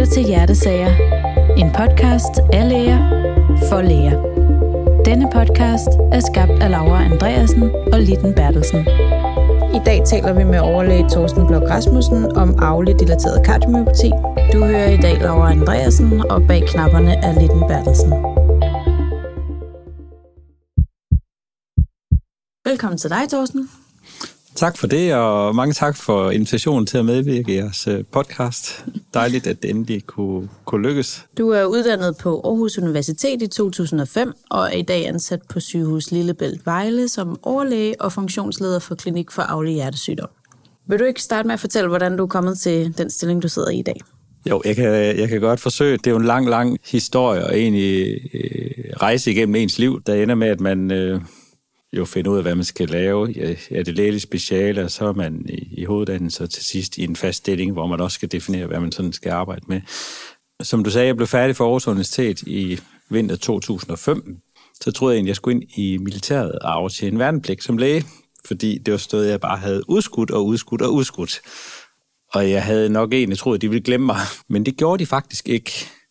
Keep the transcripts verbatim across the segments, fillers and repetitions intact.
lytter til Hjertesager, en podcast af læger for læger. Denne podcast er skabt af Laura Andreasen og Litten Bertelsen. I dag taler vi med overlæge Torsten Bloch Rasmussen om arveligt dilateret kardiomyopati. Du hører i dag Laura Andreasen, og bag knapperne er Litten Bertelsen. Velkommen til dig, Torsten. Tak for det, og mange tak for invitationen til at medvirke i jeres podcast. Dejligt, at det endelig kunne, kunne lykkes. Du er uddannet på Aarhus Universitet i to tusind og fem, og er i dag ansat på sygehus Lillebælt Vejle som overlæge og funktionsleder for Klinik for Arvelig Hjertesygdom. Vil du ikke starte med at fortælle, hvordan du er kommet til den stilling, du sidder i i dag? Jo, jeg kan, jeg kan godt forsøge. Det er jo en lang, lang historie og egentlig øh, rejse igennem ens liv, der ender med, at man øh, jo finder ud af, hvad man skal lave. Er det lægeligt speciale, og så er man i, i hoveduddannelse og til sidst i en fast stilling, hvor man også skal definere, hvad man sådan skal arbejde med. Som du sagde, jeg blev færdig for Aarhus Universitet i vinter to tusind og fem. Så troede jeg egentlig, jeg skulle ind i militæret og aftjene værnepligt som læge, fordi det var stået, jeg bare havde udskudt og udskudt og udskudt. Og jeg havde nok egentlig troet, at de ville glemme mig, men det gjorde de faktisk ikke.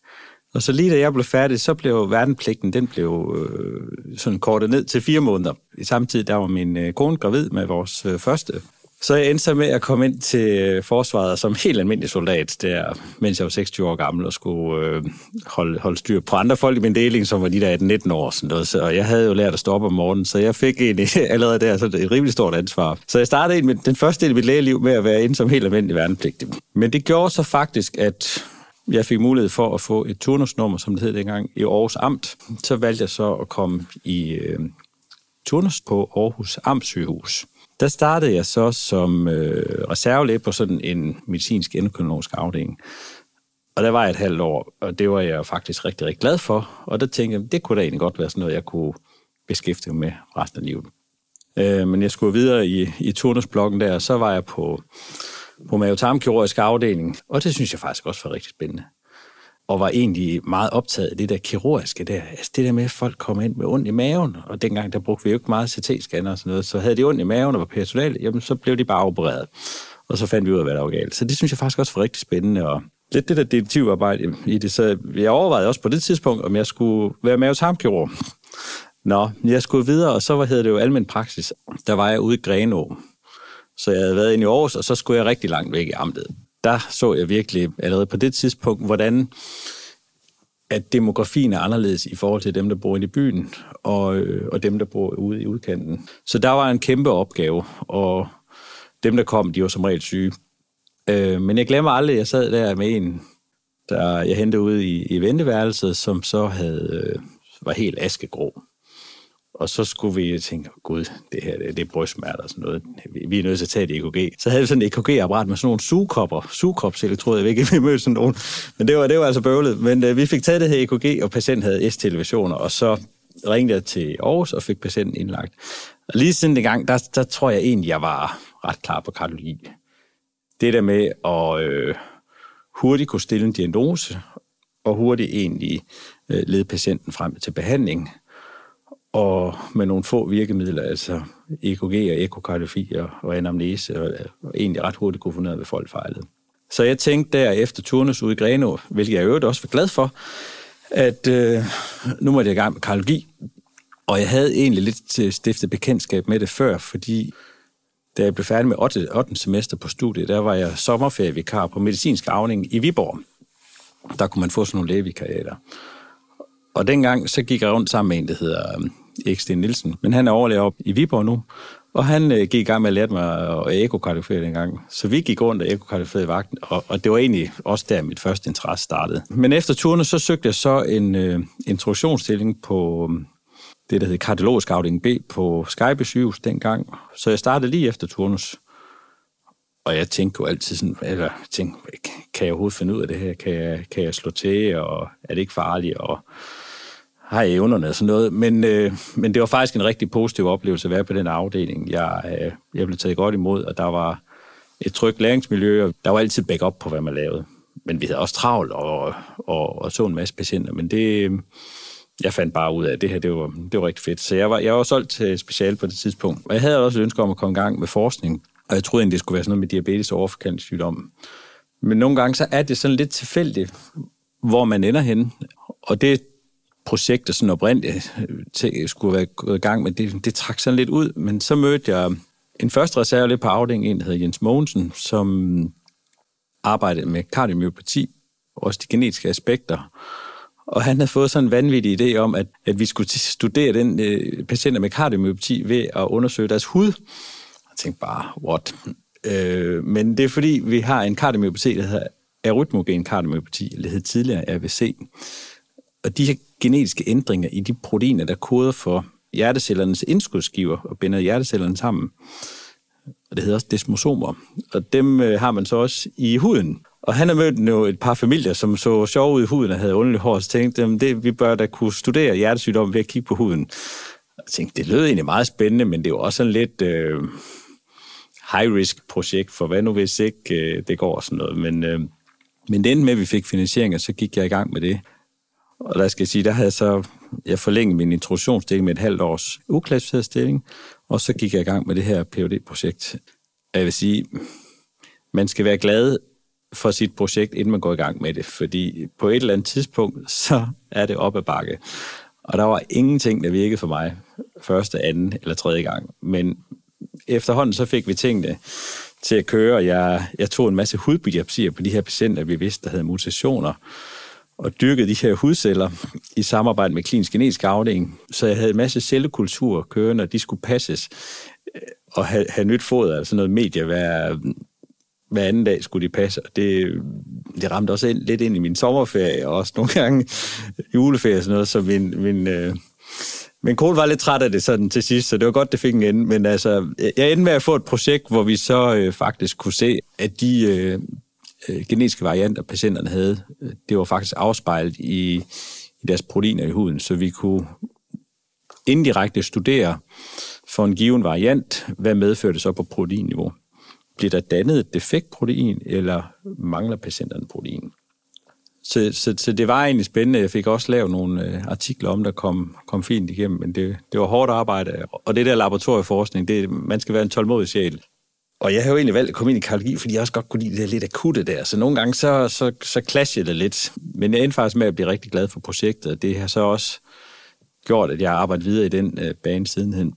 Og så lige da jeg blev færdig, så blev værnepligten, den blev øh, sådan kortet ned til fire måneder. I samtidig der var min øh, kone gravid med vores øh, første. Så jeg endte så med at komme ind til øh, forsvaret som helt almindelig soldat, der, mens jeg var seksogtyve år gammel og skulle øh, holde, holde styr på andre folk i min deling, som var de der atten nitten år. Sådan noget. Så, og jeg havde jo lært at stoppe om morgenen, så jeg fik egentlig allerede der så et rimelig stort ansvar. Så jeg startede med den første del af mit lægeliv med at være inde som helt almindelig værnepligtig. Men det gjorde så faktisk, at jeg fik mulighed for at få et turnusnummer, som det hed dengang, i Aarhus Amt. Så valgte jeg så at komme i øh, turnus på Aarhus Amtssygehus. Der startede jeg så som øh, reservelæge på sådan en medicinsk endokrinologisk afdeling. Og der var jeg et halvt år, og det var jeg faktisk rigtig, rigtig glad for. Og der tænkte jeg, det kunne da egentlig godt være sådan noget, jeg kunne beskæftige mig med resten af livet. Øh, men jeg skulle videre i, i turnusblokken der, og så var jeg på... på mavetarmkirurgisk afdeling, og det synes jeg faktisk også var rigtig spændende. Og var egentlig meget optaget af det der kirurgiske der. Altså det der med, at folk kommer ind med ondt i maven, og dengang der brugte vi jo ikke meget C T-scanner og sådan noget, så havde de ondt i maven og var peritoneale, jamen så blev de bare opereret. Og så fandt vi ud af, hvad der var galt. Så det synes jeg faktisk også var rigtig spændende, og lidt det der detektivarbejde i det. Så jeg overvejede også på det tidspunkt, om jeg skulle være mavetarmkirurg. Nå, jeg skulle videre, og så var det jo almen praksis. Der var jeg ude i Grenå. Så jeg havde været inde i Aarhus, og så skulle jeg rigtig langt væk i amtet. Der så jeg virkelig allerede på det tidspunkt, hvordan at demografien er anderledes i forhold til dem, der bor inde i byen, og, og dem, der bor ude i udkanten. Så der var en kæmpe opgave, og dem, der kom, de var som regel syge. Men jeg glemmer aldrig, at jeg sad der med en, der jeg hentede ude i, i venteværelset, som så havde, var helt askegrå. Og så skulle vi tænke, gud, det her det, det er brystsmerter og sådan noget. Vi er nødt til at tage et E K G. Så havde vi sådan et E K G-apparat med sådan nogle sugekopper. Sugekopselektroder, jeg ved ikke, vi mødte sådan nogen. Men det var, det var altså bøvlet. Men øh, vi fik taget det her E K G, og patienten havde S-televisioner. Og så ringte jeg til Aarhus og fik patienten indlagt. Og lige siden den gang, der, der tror jeg egentlig, jeg var ret klar på kardiologi. Det der med at øh, hurtigt kunne stille en diagnose, og hurtigt egentlig øh, lede patienten frem til behandling, og med nogle få virkemidler, altså E K G og ekokardiografi og, og anamnese, og, og egentlig ret hurtigt kunne finde ud af, hvad folk fejlede. Så jeg tænkte der efter turnus ude i Grenå, hvilket jeg i øvrigt også var glad for, at øh, nu måtte jeg i gang med kardiologi. Og jeg havde egentlig lidt stiftet bekendtskab med det før, fordi da jeg blev færdig med ottende semester på studiet, der var jeg sommerferievikar på medicinsk afdeling i Viborg. Der kunne man få sådan nogle lægevikariater. Og dengang så gik jeg rundt sammen med en, der hedder Erik Sten Nielsen, men han er overlæge op i Viborg nu, og han øh, gik i gang med at lære mig at ekokardiografere dengang. Så vi gik rundt og ekokardiograferede i vagten, og, og det var egentlig også der, mit første interesse startede. Men efter turnus, så søgte jeg så en øh, introduktionsstilling på det, der hed kardiologisk afdeling B på Skejby sygehus dengang. Så jeg startede lige efter turnus. Og jeg tænkte jo altid sådan, eller tænkte, kan jeg overhovedet finde ud af det her? Kan jeg, kan jeg slå til, og er det ikke farligt, og har jeg evnerne og sådan noget? Men, øh, men det var faktisk en rigtig positiv oplevelse at være på den afdeling. Jeg, øh, jeg blev taget godt imod, og der var et trygt læringsmiljø, og der var altid backup på, hvad man lavede. Men vi havde også travlt og, og, og så en masse patienter, men det, jeg fandt bare ud af, at det her, det var, det var rigtig fedt. Så jeg var, jeg var solgt til speciale på det tidspunkt, og jeg havde også et ønske om at komme i gang med forskning. Og jeg troede egentlig, det skulle være sådan noget med diabetes og overforkalkningssygdom. Men nogle gange så er det sådan lidt tilfældigt, hvor man ender henne. Og det projekt, der sådan oprindeligt skulle være gået i gang med, det, det trak sådan lidt ud. Men så mødte jeg en første reserve lidt på afdelingen, en der hedder Jens Mogensen, som arbejdede med kardiomyopati, også de genetiske aspekter. Og han havde fået sådan en vanvittig idé om, at, at vi skulle studere den øh, patienter med kardiomyopati ved at undersøge deres hud. Jeg tænkte bare, what? Øh, men det er fordi, vi har en kardiomyopati, der hedder arytmogen kardiomyopati, eller hed tidligere R V C. Og de her genetiske ændringer i de proteiner, der koder for hjertecellernes indskudsgiver og binder hjertecellerne sammen, og det hedder også desmosomer, og dem øh, har man så også i huden. Og han har mødt jo et par familier, som så sjove ud i huden og havde underligt hår, så tænkte at det, vi bør da kunne studere hjertesygdom ved at kigge på huden. Og jeg tænkte, det lød egentlig meget spændende, men det var også sådan lidt øh, high-risk-projekt, for hvad nu hvis ikke øh, det går sådan noget. Men, øh, men det endte med, at vi fik finansiering, og så gik jeg i gang med det. Og der skal jeg sige, der havde så jeg forlænget min introduktionsstilling med et halvt års uklassificeret stilling, og så gik jeg i gang med det her P H D-projekt. Jeg vil sige, man skal være glad for sit projekt, inden man går i gang med det, fordi på et eller andet tidspunkt, så er det op ad bakke. Og der var ingenting, der virkede for mig første, anden eller tredje gang. Men efterhånden så fik vi tingene til at køre, og jeg, jeg tog en masse hudbiopsier på de her patienter, vi vidste, der havde mutationer, og dyrkede de her hudceller i samarbejde med klinisk genetisk afdeling. Så jeg havde en masse cellekulturer kørende, og de skulle passes og have, have nyt foder, altså noget medie hver, hver anden dag skulle de passe. Og det, det ramte også ind, lidt ind i min sommerferie, og også nogle gange juleferie og sådan noget, så min, min, øh, min kone var lidt træt af det sådan til sidst, så det var godt, det fik en ende. Men altså, jeg endte med at få et projekt, hvor vi så øh, faktisk kunne se, at de øh, genetiske varianter, patienterne havde, det var faktisk afspejlet i, i deres proteiner i huden, så vi kunne indirekte studere for en given variant, hvad medfører det så på proteinniveau. Bliver der dannet et defekt protein, eller mangler patienterne protein? Så, så, så det var egentlig spændende. Jeg fik også lavet nogle artikler om, der kom, kom fint igennem, men det, det var hårdt arbejde. Og det der laboratorieforskning, det, man skal være en tålmodig sjæl. Og jeg har jo egentlig valgt at komme ind i kardiologi, fordi jeg også godt kunne lide det der lidt akutte der. Så nogle gange, så, så, så clashede det lidt. Men jeg endte faktisk med at blive rigtig glad for projektet, og det har så også gjort, at jeg har arbejdet videre i den øh, bane sidenhen.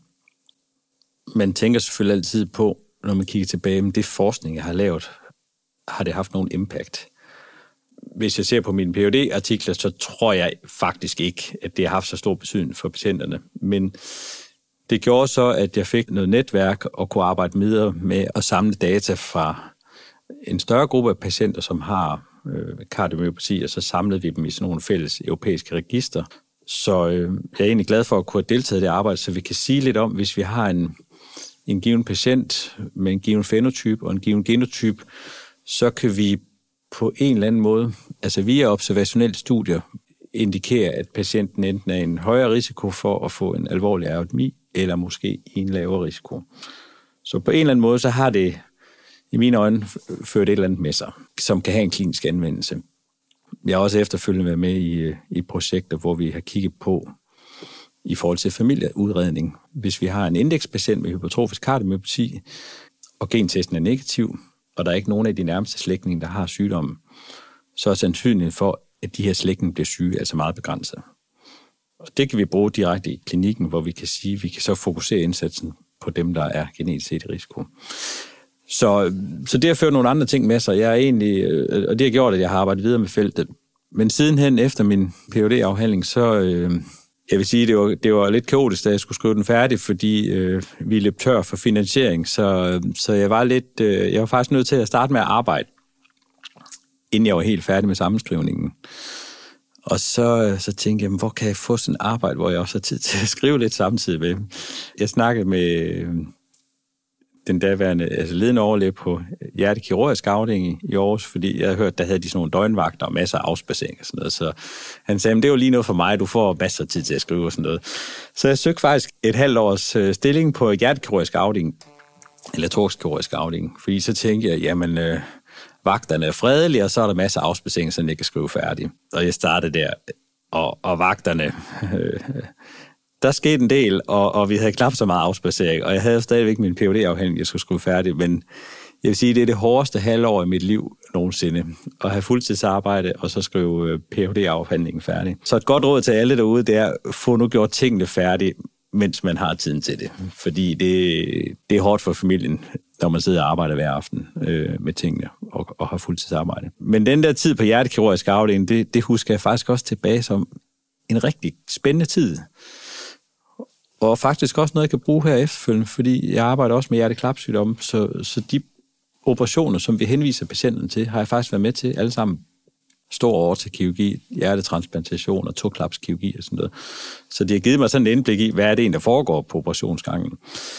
Man tænker selvfølgelig altid på, når man kigger tilbage, men det forskning, jeg har lavet, har det haft nogen impact? Hvis jeg ser på mine P H D-artikler, så tror jeg faktisk ikke, at det har haft så stor betydning for patienterne. Men det gjorde så, at jeg fik noget netværk og kunne arbejde videre med at samle data fra en større gruppe af patienter, som har øh, kardiomyopati, og så samlede vi dem i sådan nogle fælles europæiske register. Så øh, jeg er egentlig glad for at kunne have deltaget i det arbejde, så vi kan sige lidt om, hvis vi har en, en given patient med en given fænotype og en given genotype, så kan vi på en eller anden måde, altså via observationelle studier, indikere, at patienten enten er en højere risiko for at få en alvorlig arytmi, eller måske en lavere risiko. Så på en eller anden måde, så har det i mine øjne ført et eller andet med sig, som kan have en klinisk anvendelse. Jeg har også efterfølgende været med i, i projekter, hvor vi har kigget på i forhold til familieudredning. Hvis vi har en indekspatient med hypertrofisk kardiomyopati, og gentesten er negativ, og der er ikke nogen af de nærmeste slægtninge, der har sygdommen, så er sandsynligheden for, at de her slægtninge bliver syge, altså meget begrænset. Og det kan vi bruge direkte i klinikken, hvor vi kan sige, at vi kan så fokusere indsatsen på dem, der er genetisk set i risiko. Så, så det har ført nogle andre ting med sig. Jeg er egentlig, og det har gjort, at jeg har arbejdet videre med feltet. Men sidenhen efter min P H D-afhandling, så øh, jeg vil sige, det var, det var lidt kaotisk, da jeg skulle skrive den færdig, fordi øh, vi løb tør for finansiering. Så, så jeg var lidt, øh, jeg var faktisk nødt til at starte med at arbejde, inden jeg var helt færdig med sammenskrivningen. Og så, så tænkte jeg, hvor kan jeg få sådan et arbejde, hvor jeg også har tid til at skrive lidt samtidig med. Jeg snakkede med den daværende altså ledende overlæge på hjertekirurgisk afdeling i Aarhus, fordi jeg havde hørt, der havde de sådan nogle døgnvagter og masser af afspacering og sådan noget. Så han sagde, det er jo lige noget for mig, du får masser af tid til at skrive og sådan noget. Så jeg søgte faktisk et halvt års stilling på hjertekirurgisk afdeling, eller thoraxkirurgisk afdeling, fordi så tænkte jeg, jamen øh, vagterne er fredelige, og så er der masser af afspacering, så jeg kan skrive færdig. Og jeg startede der, og, og vagterne... Øh, Der skete en del, og, og vi havde knap så meget afspacering, og jeg havde stadigvæk min P H D-afhandling, jeg skulle skrive færdig, men jeg vil sige, det er det hårdeste halvår i mit liv, nogensinde. At have fuldtidsarbejde, og så skrive P H D-afhandlingen færdig. Så et godt råd til alle derude, det er, at få nu gjort tingene færdige, mens man har tiden til det. Fordi det, det er hårdt for familien, når man sidder og arbejder hver aften øh, med tingene og, og har fuldtidsarbejde. Men den der tid på hjertekirurgisk afdeling, det, det husker jeg faktisk også tilbage som en rigtig spændende tid. Og faktisk også noget, jeg kan bruge her efterfølgende, fordi jeg arbejder også med hjerteklapsygdomme, så, så de operationer, som vi henviser patienten til, har jeg faktisk været med til alle sammen. Stor over til kirurgi, hjertetransplantation og toklapskirurgi og sådan noget. Så de har givet mig sådan et indblik i, hvad er det egentlig, der foregår på operationsgangen.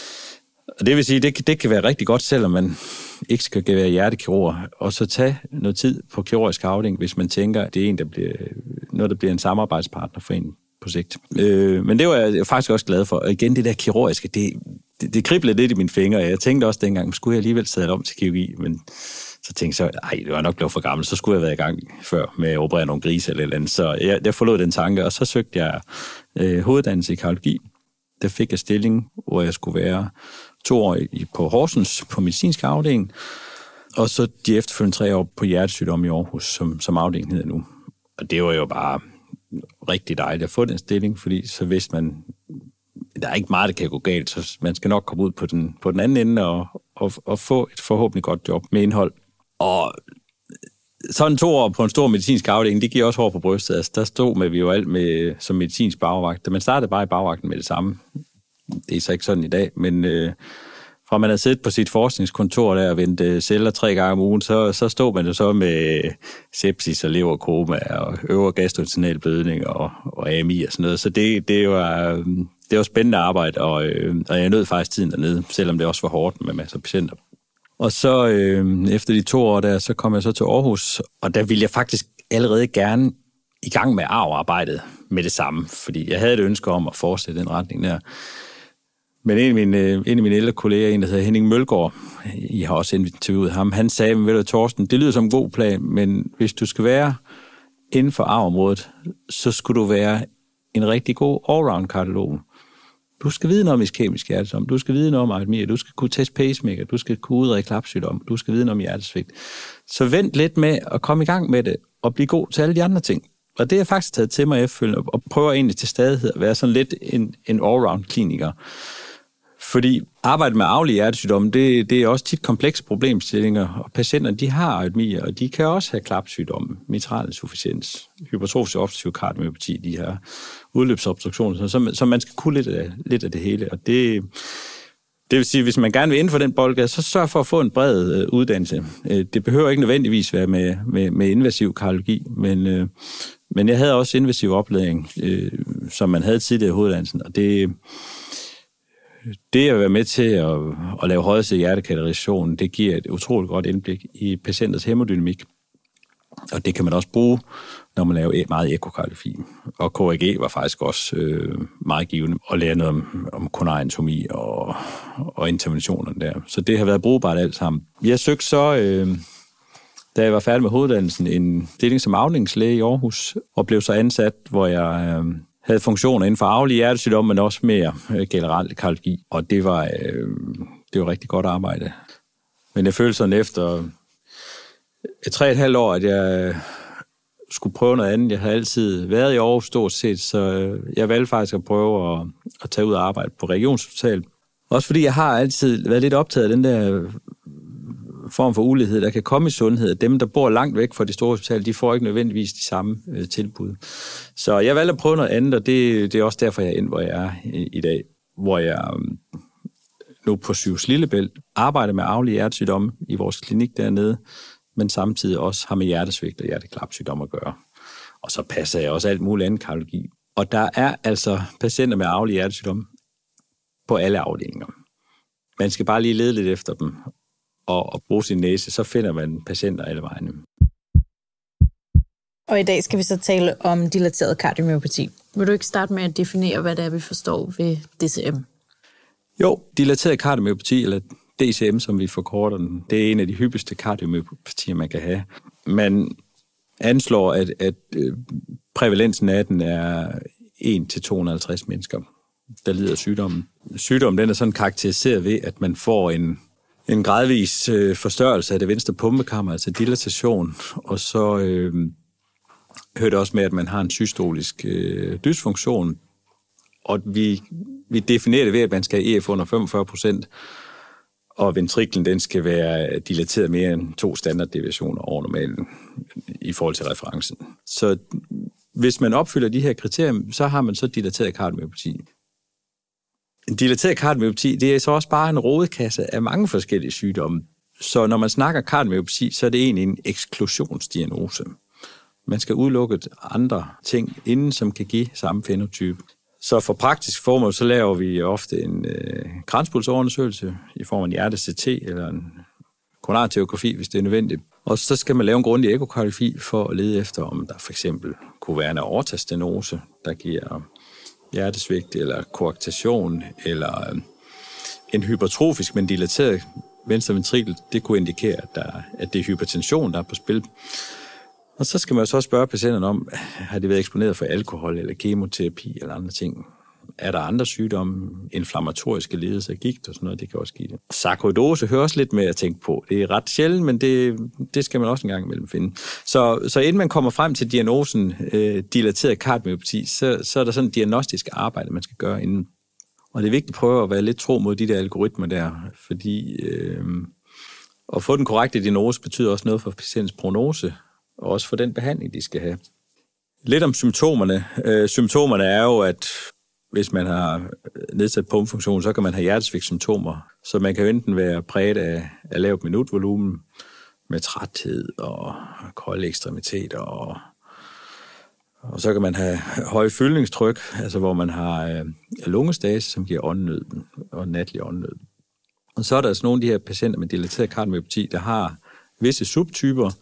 Og det vil sige, det, det kan være rigtig godt, selvom man ikke skal være hjertekirurg, og så tage noget tid på kirurgisk afdeling, hvis man tænker, at det er en, der bliver, noget, der bliver en samarbejdspartner for en på sigt. Øh, men det var jeg faktisk også glad for. Og igen, det der kirurgiske, det, det, det kriblede lidt i mine fingre. Jeg tænkte også dengang, skulle jeg alligevel sadle om til kirurgi, men så tænkte jeg, ej, det var nok blevet for gammel, så skulle jeg have været i gang før med at operere nogle grise eller et eller andet. Så jeg, jeg forlod den tanke, og så søgte jeg øh, hoveduddannelse i kardiologi. Der fik jeg stilling, hvor jeg skulle være to år på Horsens på medicinsk afdeling, og så de efterfølgende tre år på hjertesygdom i Aarhus, som, som afdelingen hedder nu. Og det var jo bare rigtig dejligt at få den stilling, fordi så vidste man, der er ikke meget, der kan gå galt, så man skal nok komme ud på den, på den anden ende og, og, og få et forhåbentlig godt job med indhold. Og sådan to år på en stor medicinsk afdeling, det giver også hår på brystet. Altså, der stod med vi jo alt med som medicinsk bagvagt. Man startede bare i bagvagten med det samme. Det er så ikke sådan i dag, men øh, fra man havde siddet på sit forskningskontor der og vendt celler tre gange om ugen, så, så stod man jo så med sepsis og leverkoma og øvre gastrointestinal blødning og, og A M I og sådan noget. Så det, det, var, det var spændende arbejde, og, øh, og jeg nød faktisk tiden dernede, selvom det også var hårdt med masser af patienter. Og så øh, efter de to år der, så kom jeg så til Aarhus, og der ville jeg faktisk allerede gerne i gang med arvearbejdet med det samme, fordi jeg havde et ønske om at fortsætte den retning der. Men en af mine, en af mine ældre kolleger, en der hedder Henning Mølgaard, I har også interviewet ham, han sagde, ved du Torsten, det lyder som en god plan, men hvis du skal være inden for arveområdet, så skulle du være en rigtig god allround kardiolog. Du skal vide noget om iskemisk hjertesygdom, du skal vide noget om arytmier, du skal kunne teste pacemaker, du skal kunne udrede klapsygdom, du skal vide noget om hjertesvigt. Så vent lidt med at komme i gang med det og blive god til alle de andre ting. Og det har jeg faktisk taget til mig efterfølgende, og prøver egentlig til stadighed at være sådan lidt en, en allround kliniker. Fordi arbejde med arvelige hjertesygdomme, det, det er også tit komplekse problemstillinger, og patienter, de har arytmier, og de kan også have klapsygdomme, mitral insufficiens, hypertrofisk obstruktiv kardiomyopati, de her udløbsobstruktioner, så, så man skal kunne lidt af, lidt af det hele. Og det, det vil sige, hvis man gerne vil inden for den boldgade, så sørg for at få en bred øh, uddannelse. Det behøver ikke nødvendigvis være med, med, med invasiv kardiologi, men, øh, men jeg havde også invasiv oplæring, øh, som man havde tidligere i hoveduddannelsen, og det Det at være med til at, at lave højeste hjertekateterisation, det giver et utroligt godt indblik i patienters hemodynamik. Og det kan man også bruge, når man laver meget ekokardiografi. Og K A G var faktisk også øh, meget givende at lære noget om, om koronaratomi og, og interventionerne der. Så det har været brugbart alt sammen. Jeg søgte så, øh, da jeg var færdig med hoveduddannelsen, en stilling som afdelingslæge i Aarhus, og blev så ansat, hvor jeg Øh, havde funktioner inden for arvelige hjertesygdomme, men også mere generelt kardiologi. Og det var, øh, det var rigtig godt arbejde. Men jeg følte sådan efter et tre og et halvt år, at jeg skulle prøve noget andet. Jeg havde altid været i Aarhus stort set, så jeg valgte faktisk at prøve at, at tage ud og arbejde på Regionshospitalet. Også fordi jeg har altid været lidt optaget af den der form for ulighed, der kan komme i sundhed. Dem, der bor langt væk fra de store hospitaler, de får ikke nødvendigvis de samme øh, tilbud. Så jeg valgte at prøve noget andet, og det, det er også derfor, jeg er ind, hvor jeg er i, i dag. Hvor jeg øh, nu på Sygehus Lillebælt arbejder med arvelige hjertesygdomme i vores klinik dernede, men samtidig også har med hjertesvigt og hjerteklapsygdomme at gøre. Og så passer jeg også alt muligt andet kardiologi. Og der er altså patienter med arvelige hjertesygdomme på alle afdelinger. Man skal bare lige lede lidt efter dem og, og bruge sin næse, så finder man patienter alle vegne. Og i dag skal vi så tale om dilateret kardiomyopati. Vil du ikke starte med at definere, hvad det er, vi forstår ved D C M? Jo, dilateret kardiomyopati, eller D C M, som vi forkorter den, det er en af de hyppigste kardiomyopatier, man kan have. Man anslår, at, at prævalensen af den er en til to hundrede og halvtreds mennesker, der lider af sygdommen. Sygdommen den er sådan karakteriseret ved, at man får en en gradvis øh, forstørrelse af det venstre pumpekammer, altså dilatation, og så øh, hører det også med, at man har en systolisk øh, dysfunktion, og vi, vi definerer det ved, at man skal have E F under femogfyrre procent, og ventriklen den skal være dilateret mere end to standarddeviationer over normalen i forhold til referencen. Så hvis man opfylder de her kriterier, så har man så dilateret kardiomyopati. En dilateret kardiomyopati, det er så også bare en rodekasse af mange forskellige sygdomme. Så når man snakker kardiomyopati, så er det egentlig en eksklusionsdiagnose. Man skal udelukke andre ting inden, som kan give samme fænotype. Så for praktisk formål, så laver vi ofte en øh, kranspulsundersøgelse i form af en hjerte-C T eller en koronartomografi, hvis det er nødvendigt. Og så skal man lave en grundig ekokardiografi for at lede efter, om der for eksempel kunne være en aortastenose, der giver hjertesvigt eller koagtation, eller øh, en hypertrofisk, men dilateret venstre ventrikel. Det kunne indikere, at, der, at det er hypertension, der er på spil. Og så skal man så spørge patienterne om, har de været eksponeret for alkohol eller kemoterapi eller andre ting? Er der andre sygdomme, inflammatoriske lidelser, gigt og sådan noget, det kan også give det. Sarkoidose hører også lidt med at tænke på. Det er ret sjældent, men det, det skal man også en gang imellem finde. Så, så inden man kommer frem til diagnosen øh, dilateret kardiomyopati, så, så er der sådan et diagnostisk arbejde, man skal gøre inden. Og det er vigtigt at prøve at være lidt tro mod de der algoritmer der, fordi øh, at få den korrekte diagnose betyder også noget for patientens prognose, og også for den behandling, de skal have. Lidt om symptomerne. Øh, symptomerne er jo, at hvis man har nedsat pumpefunktion, så kan man have hjertesvigtsymptomer. Så man kan enten være præget af, af lavt minutvolumen, med træthed og kolde ekstremiteter, og, og så kan man have høj fyldningstryk, altså hvor man har øh, lungestase, som giver åndenød og natlig åndenød. Og så er der altså nogle af de her patienter med dilateret kardiomyopati, der har visse subtyper,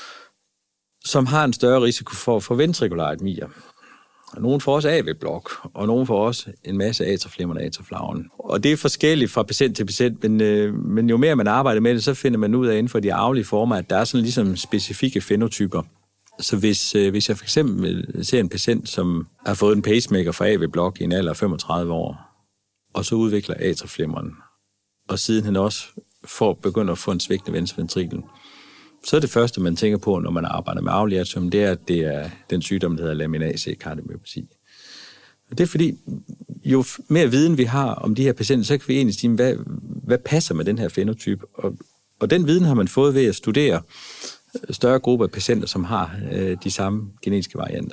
som har en større risiko for at få ventrikularytmier. Og nogle får også A V-blok, og nogle får også en masse atrieflimmer og atrieflagen. Og det er forskelligt fra patient til patient, men, øh, men jo mere man arbejder med det, så finder man ud af inden for de arvelige former, at der er sådan ligesom specifikke fænotyper. Så hvis, øh, hvis jeg for eksempel ser en patient, som har fået en pacemaker fra A V-blok i en alder af femogtredive år, og så udvikler atrieflimmeren, og siden han også får begynder at få en svigtende venstre ventrikel, så er det første, man tænker på, når man arbejder med arvelig hjertesygdom, det er, at det er den sygdom, der hedder laminase kardiomyopati. Og det er fordi, jo mere viden vi har om de her patienter, så kan vi egentlig sige, hvad, hvad passer med den her fænotype? Og, og den viden har man fået ved at studere større grupper af patienter, som har øh, de samme genetiske varianter.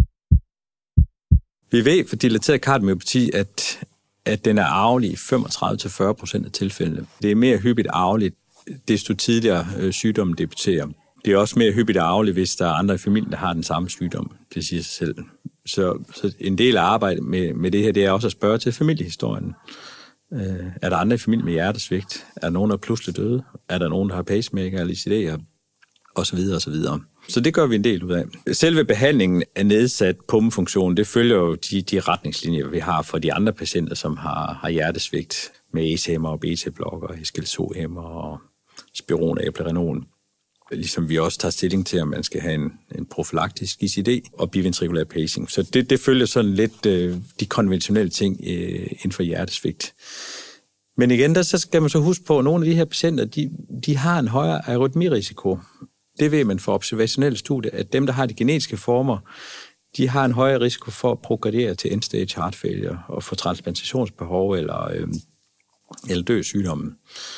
Vi ved for dilateret kardiomyopati, at, at den er arvelig i femogtredive til fyrre procent af tilfældene. Det er mere hyppigt arveligt, desto tidligere øh, sygdommen debuterer. Det er også mere hyppigt arveligt, hvis der er andre i familien, der har den samme sygdom. Det siger sig selv. Så, så en del af arbejdet med, med det her, det er også at spørge til familiehistorien. Øh, er der andre i familien med hjertesvigt? Er der nogen, der er pludselig døde? Er der nogen, der har pacemaker eller I C D'er? Og så videre, og så videre. Så det gør vi en del ud af. Selve behandlingen af nedsat pumpefunktion, det følger jo de, de retningslinjer, vi har for de andre patienter, som har, har hjertesvigt med A C E hæmmer og beta-blokker, H S G L to hæmmer og spiron og eplerenol. Ligesom vi også tager stilling til, om man skal have en, en profylaktisk I C D og biventrikulær pacing. Så det, det følger sådan lidt øh, de konventionelle ting øh, inden for hjertesvigt. Men igen, der så skal man så huske på, at nogle af de her patienter, de, de har en højere arytmirisiko. Det ved man fra observationelle studier, at dem, der har de genetiske former, de har en højere risiko for at progredere til end-stage heart failure og få transplantationsbehov eller, øh, eller dø sygdommen.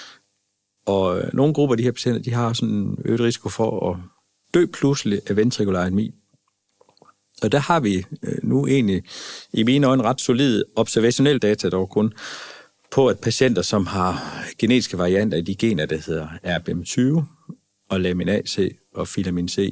Og nogle grupper af de her patienter, de har sådan en øget risiko for at dø pludselig af ventrikularytmi. Og der har vi nu egentlig i mine øjne ret solide observationelle data, dog kun på, at patienter, som har genetiske varianter i de gener, der hedder R B M tyve og lamin A C og filamin C,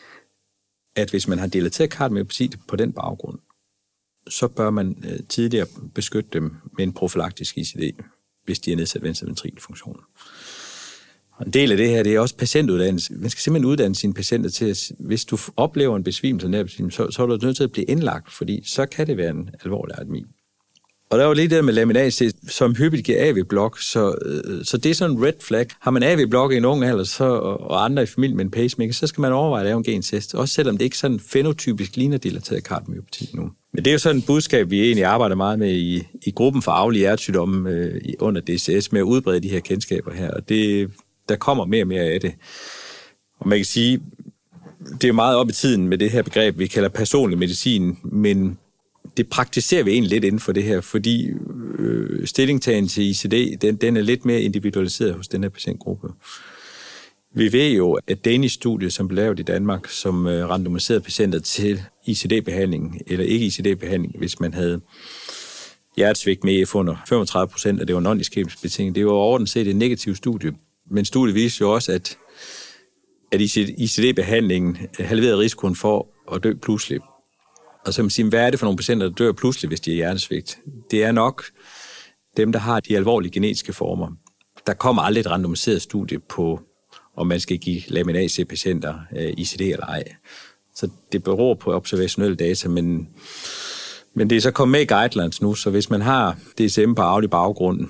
at hvis man har dilateret kardiomyopati på den baggrund, så bør man tidligere beskytte dem med en profylaktisk I C D, hvis de har nedsat venstre ventrikelfunktion. Og en del af det her, det er også patientuddannelse. Man skal simpelthen uddanne sine patienter til, at hvis du oplever en besvimelse, så, så er du nødt til at blive indlagt, fordi så kan det være en alvorlig arytmi. Og der er jo lige det med lamin A C, som hyppigt giver A V-blok, så, så det er sådan en red flag. Har man A V-blok i en ung alder, så, og andre i familien med en pacemaker, så skal man overveje at lave en gentest, også selvom det ikke sådan fenotypisk ligner dilateret kardiomyopati nu. Men det er jo sådan et budskab, vi egentlig arbejder meget med i, i gruppen for arvelige hjertesygdomme øh, under D C S, med at udbrede de her kendskaber her, og det, der kommer mere og mere af det. Og man kan sige, det er meget op i tiden med det her begreb, vi kalder personlig medicin, men det praktiserer vi egentlig lidt inden for det her, fordi øh, stillingtagen til I C D, den, den er lidt mere individualiseret hos den her patientgruppe. Vi ved jo, at Danish-studie, som blev lavet i Danmark, som øh, randomiserede patienter til I C D-behandling, eller ikke I C D-behandling, hvis man havde hjertesvigt med E F under femogtredive procent, og det var non-iskemisk betinget. Det var overordnet set et negativt studie. Men studiet viste jo også, at, at I C D-behandlingen halverede risikoen for at dø pludselig. Og så kan man sige, hvad er det for nogle patienter, der dør pludselig, hvis de er hjertesvigt? Det er nok dem, der har de alvorlige genetiske former. Der kommer aldrig et randomiseret studie på, om man skal give lamin til patienter I C D eller ej. Så det beror på observationelle data, men, men det er så kommet med i guidelines nu, så hvis man har D C M på arvelig baggrund,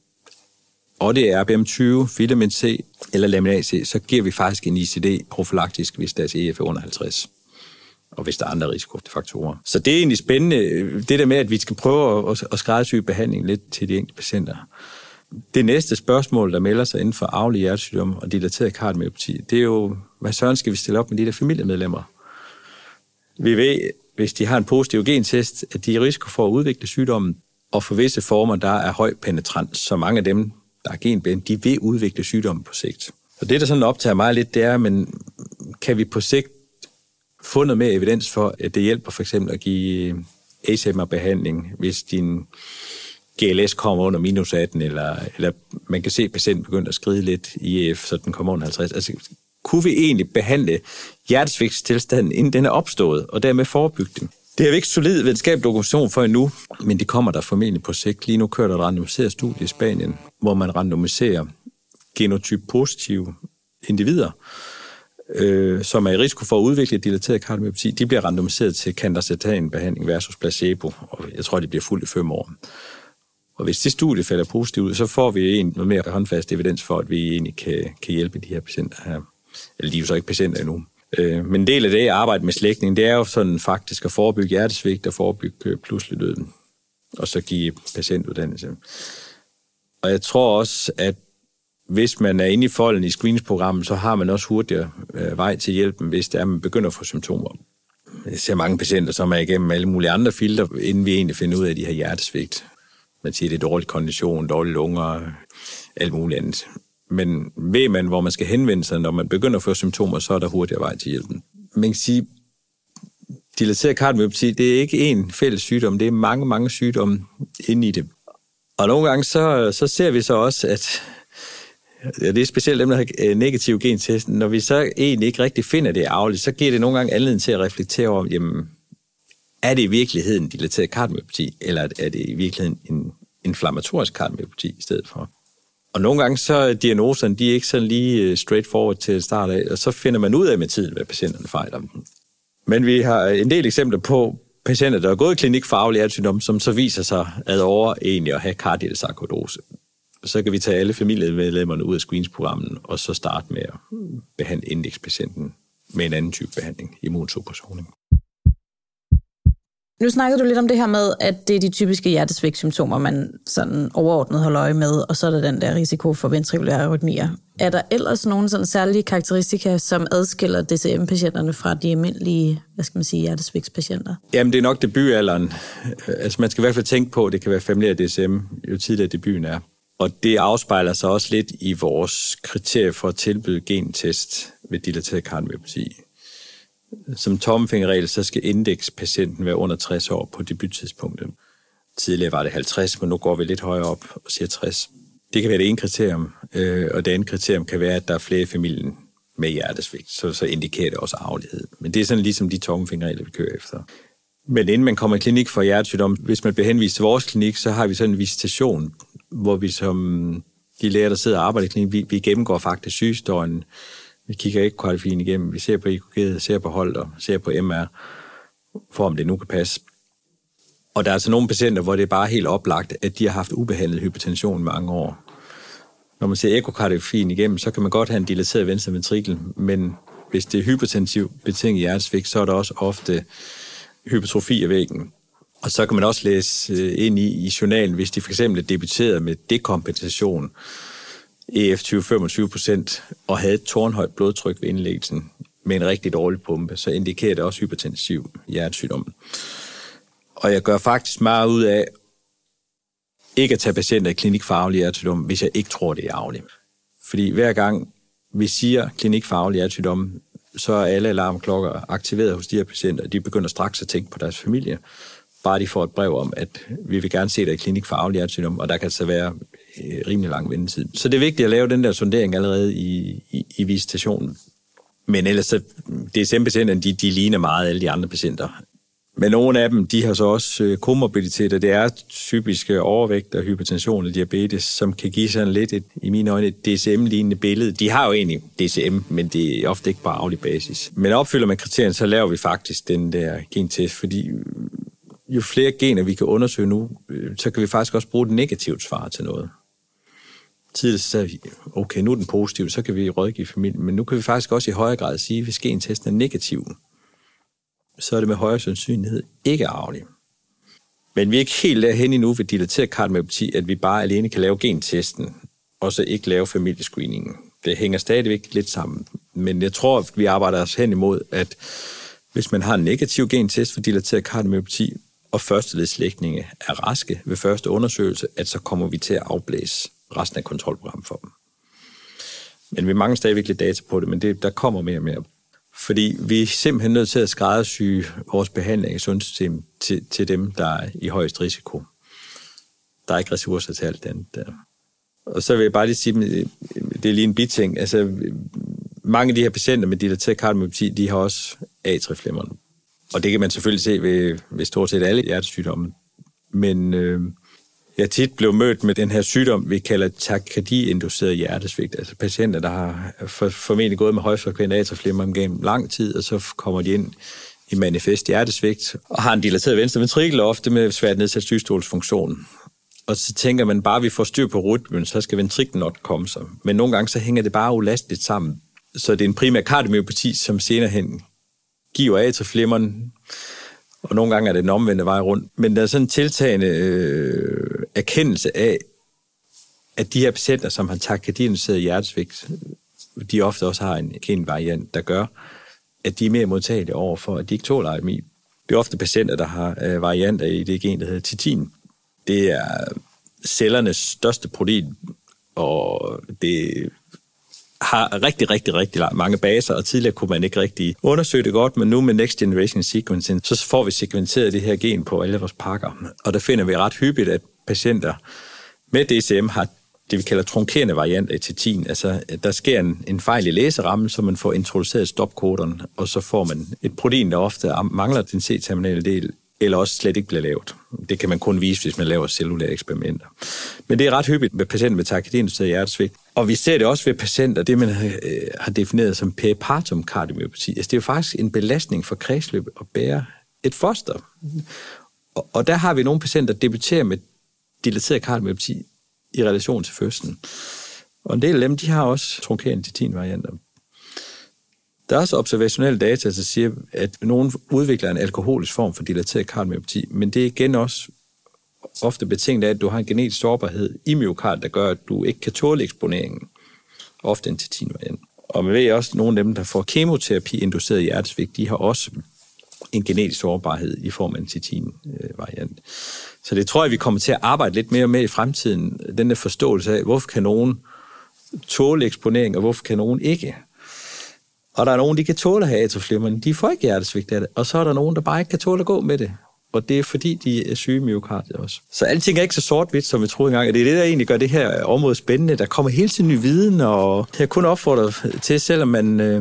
og det er R B M tyve, vitamin C eller lamin C, så giver vi faktisk en I C D profylaktisk, hvis deres E F er under halvtreds. Og hvis der er andre risikofaktorer. Så det er egentlig spændende, det der med, at vi skal prøve at, at skræddersy behandling lidt til de enkelte patienter. Det næste spørgsmål, der melder sig inden for arvelig hjertesygdom og dilateret kardiomyopati, det er jo, hvad søren skal vi stille op med de der familiemedlemmer? Vi ved, hvis de har en positiv gentest, at de er i risiko for at udvikle sygdommen, og for visse former, der er høj penetrans, så mange af dem, der er genbænd, de vil udvikle sygdommen på sigt. Og det, der sådan optager mig lidt, det er, men kan vi på sigt få noget mere evidens for, at det hjælper for eksempel at give A C M R-behandling, hvis din G L S kommer under minus atten, eller, eller man kan se, at patienten begynder at skride lidt i E F, så den kommer under halvtreds. Altså, kunne vi egentlig behandle hjertesvigtstilstanden, inden den er opstået, og dermed forebygge den? Det har vi ikke solid videnskabelig dokumentation for endnu, men det kommer der formentlig på sigt. Lige nu kører der et randomiseret studie i Spanien, hvor man randomiserer genotyp-positive individer, øh, som er i risiko for at udvikle dilateret kardiomyopati. De bliver randomiseret til candacetan-behandling versus placebo, og jeg tror, de bliver fuldt i fem år. Og hvis det studie falder positivt ud, så får vi en noget mere håndfast evidens for, at vi egentlig kan, kan hjælpe de her patienter her. Eller de er jo så ikke patienter endnu. Øh, men en del af det arbejde med slægtning, det er jo sådan faktisk at forebygge hjertesvigt og forebygge pludselig døden. Og så give patientuddannelse. Og jeg tror også, at hvis man er inde i folden i screeningsprogrammet, så har man også hurtigere øh, vej til hjælpen, hvis det er, man begynder at få symptomer. Jeg ser mange patienter, som er igennem alle mulige andre filter, inden vi egentlig finder ud af de her hjertesvigt. Man siger, det er dårlig kondition, dårlige lunger, alt muligt andet. Men ved man, hvor man skal henvende sig, når man begynder at få symptomer, så er der hurtigere vej til hjælpen. Man kan sige, dilateret kardiomyopati, det er ikke én fælles sygdom, det er mange, mange sygdomme inde i det. Og nogle gange, så, så ser vi så også, at ja, det er specielt dem, der har negativ gentest. Når vi så egentlig ikke rigtig finder det arveligt, så giver det nogle gange anledning til at reflektere over, jamen, er det i virkeligheden dilateret kardiomyopati, eller er det i virkeligheden en inflammatorisk kardiomyopati i stedet for? Og nogle gange så er diagnoserne, de er ikke sådan lige straightforward til at starte af, og så finder man ud af med tiden, hvad patienterne fejler. Men vi har en del eksempler på patienter, der er gået i klinik for arvelig hjertesygdom, som så viser sig ad over egentlig at have kardial sarkoidose. Så kan vi tage alle familiemedlemmerne ud af screeningsprogrammet, og så starte med at behandle indekspatienten med en anden type behandling, immunsuppression. Nu snakkede du lidt om det her med, at det er de typiske hjertesvigtsymptomer, man sådan overordnet holder øje med, og så er der den der risiko for ventrikulære arytmier. Er der ellers nogle sådan særlige karakteristika, som adskiller D C M-patienterne fra de almindelige, hvad skal man sige, hjertesvigtspatienter? Jamen, det er nok debutalderen. Altså, man skal i hvert fald tænke på, at det kan være familiær D C M, jo tidligere debuten er. Og det afspejler sig også lidt i vores kriterier for at tilbyde gentest ved dilateret kardiomyopati. Som tommelfingerregel, så skal indekspatienten være under tres år på debuttidspunktet. Tidligere var det halvtreds, men nu går vi lidt højere op og siger tres. Det kan være det ene kriterium, og det andet kriterium kan være, at der er flere i familien med hjertesvigt, så, så indikerer det også arvelighed. Men det er sådan ligesom de tommelfingerregler, vi kører efter. Men inden man kommer i klinik for hjertesygdom, hvis man bliver henvist til vores klinik, så har vi sådan en visitation, hvor vi som de læger, der sidder og arbejder i klinik, vi, vi gennemgår faktisk sygehistorien. Vi kigger ikke koardifien igennem, vi ser på E K G'et, ser på Holter, ser på M R, for om det nu kan passe. Og der er altså nogle patienter, hvor det er bare helt oplagt, at de har haft ubehandlet hypertension i mange år. Når man ser ekokardiografien igennem, så kan man godt have en dilateret venstre ventrikel, men hvis det er hypertensiv betinget hjertesvigt, så er der også ofte hypertrofi af væggen. Og så kan man også læse ind i, i journalen, hvis de for eksempel er debuteret med dekompensation, E F tyve til femogtyve procent, og havde et tårnhøjt blodtryk ved indlæggelsen med en rigtig dårlig pumpe, så indikerer det også hypertensiv hjertesygdom. Og jeg gør faktisk meget ud af ikke at tage patienter i klinikfaglig hjertesygdom, hvis jeg ikke tror, det er arveligt. Fordi hver gang vi siger klinikfaglig hjertesygdom, så er alle alarmklokker aktiveret hos de her patienter. De begynder straks at tænke på deres familie. Bare de får et brev om, at vi vil gerne se dig i klinikfaglig hjertesygdom, og der kan så være rimelig lang ventetid. Så det er vigtigt at lave den der sondering allerede i, i, i visitationen. Men ellers så D S M-patienterne, de, de ligner meget alle de andre patienter. Men nogle af dem, de har så også komorbiditeter. Det er typiske overvægt og hypertension og diabetes, som kan give sådan lidt et, i mine øjne, et D S M-lignende billede. De har jo egentlig D S M, men det er ofte ikke på arvelig basis. Men opfylder man kriterierne, så laver vi faktisk den der gentest, fordi jo flere gener vi kan undersøge nu, så kan vi faktisk også bruge det negativt svar til noget. Tidligere så sagde vi, okay, nu er den positiv, så kan vi rådgive familien, men nu kan vi faktisk også i højere grad sige, hvis gentesten er negativ, så er det med højere sandsynlighed ikke arveligt. Men vi er ikke helt derhen endnu ved dilateret kardiomyopati, at vi bare alene kan lave gentesten, og så ikke lave familiescreeningen. Det hænger stadigvæk lidt sammen. Men jeg tror, at vi arbejder os hen imod, at hvis man har en negativ gentest for dilateret kardiomyopati, og førsteledslægninge er raske ved første undersøgelse, at så kommer vi til at afblæse resten af kontrolprogrammet for dem. Men vi mangler stadigvæk lidt data på det, men det, der kommer mere og mere. Fordi vi er simpelthen nødt til at skræddersy vores behandling i sundhedssystemet til, til dem, der er i højest risiko. Der er ikke ressourcer til alt andet der. Og så vil jeg bare lige sige, det er lige en biting. Altså, mange af de her patienter med dilateret kardiomyopati, de har også atrieflimmer. Og det kan man selvfølgelig se ved, ved stort set alle hjertesygdomme. Men øh, jeg tit blev mødt med den her sygdom, vi kalder takykardi-induceret hjertesvigt. Altså patienter, der har for, formentlig gået med højfrekvent atrieflimmer gennem lang tid, og så kommer de ind i manifest hjertesvigt, og har en dilateret venstre ventrikel, ofte med svært nedsat systolsfunktion. Og så tænker man bare, at vi får styr på rytmen, så skal ventriklen nok komme sig. Men nogle gange så hænger det bare ulasteligt sammen. Så det er en primær kardiomyopati, som senere hen giver atrieflimmeren, og nogle gange er det den omvendte vej rundt. Men der er sådan en tiltagende øh, erkendelse af, at de her patienter, som har takykardi-induceret hjertesvigt, de ofte også har en genvariant, der gør, at de er mere modtagelige over for, at de ikke tåler arytmi. Det er ofte patienter, der har øh, varianter i det gen, der hedder titin. Det er cellernes største protein, og det har rigtig, rigtig, rigtig mange baser, og tidligere kunne man ikke rigtig undersøge det godt, men nu med Next Generation Sequencing, så får vi sekventeret det her gen på alle vores pakker. Og der finder vi ret hyppigt, at patienter med D C M har det, vi kalder trunkerende varianter i titin. Altså, der sker en, en fejl i læserammen, så man får introduceret stopkoderen, og så får man et protein, der ofte mangler den C-terminale del, eller også slet ikke bliver lavet. Det kan man kun vise, hvis man laver cellulære eksperimenter. Men det er ret hyppigt med patienter med takykardi-induceret hjertesvigt. Og vi ser det også ved patienter, det man har defineret som peripartum kardiomyopati. Altså det er jo faktisk en belastning for kredsløbet at bære et foster. Og der har vi nogle patienter, der debuterer med dilateret kardiomyopati i relation til fødslen. Og en del af dem, de har også trunkerende titin-varianter. Der er også observationelle data, der siger, at nogen udvikler en alkoholisk form for dilateret kardiomyopati, men det er igen også ofte betinget af, at du har en genetisk sårbarhed i myokard, der gør, at du ikke kan tåle eksponeringen. Ofte en titin-variant. Og man ved også, at nogle af dem, der får kemoterapi-induceret hjertesvigt, de har også en genetisk sårbarhed i form af en titin-variant. Så det tror jeg, vi kommer til at arbejde lidt mere med i fremtiden. Den der forståelse af, hvorfor kan nogen tåle eksponering, og hvorfor kan nogen ikke. Og der er nogen, de kan tåle at have atrieflimmerne, de får ikke hjertesvigt af det. Og så er der nogen, der bare ikke kan tåle at gå med det. Og det er fordi, de er syge myokardier også. Så alting er ikke så sort-hvidt, som vi troede engang. Og det er det, der egentlig gør det her område spændende. Der kommer hele tiden ny viden, og jeg kun opfordrer til, selvom man øh,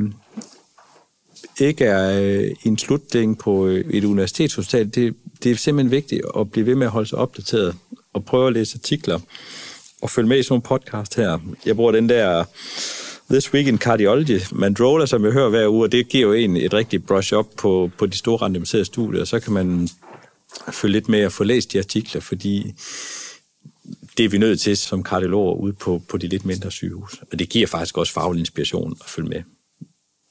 ikke er øh, i en slutning på et universitetshospital, det, det er simpelthen vigtigt at blive ved med at holde sig opdateret og prøve at læse artikler og følge med i sådan nogle podcast her. Jeg bruger den der This Week in Cardiology, Mandrola, som jeg hører hver uge, og det giver jo en et rigtigt brush-up på, på de store randomiserede studier, og så kan man følge lidt med at få læst de artikler, fordi det er vi nødt til som kardiologer ude på, på de lidt mindre sygehus. Og det giver faktisk også faglig inspiration at følge med.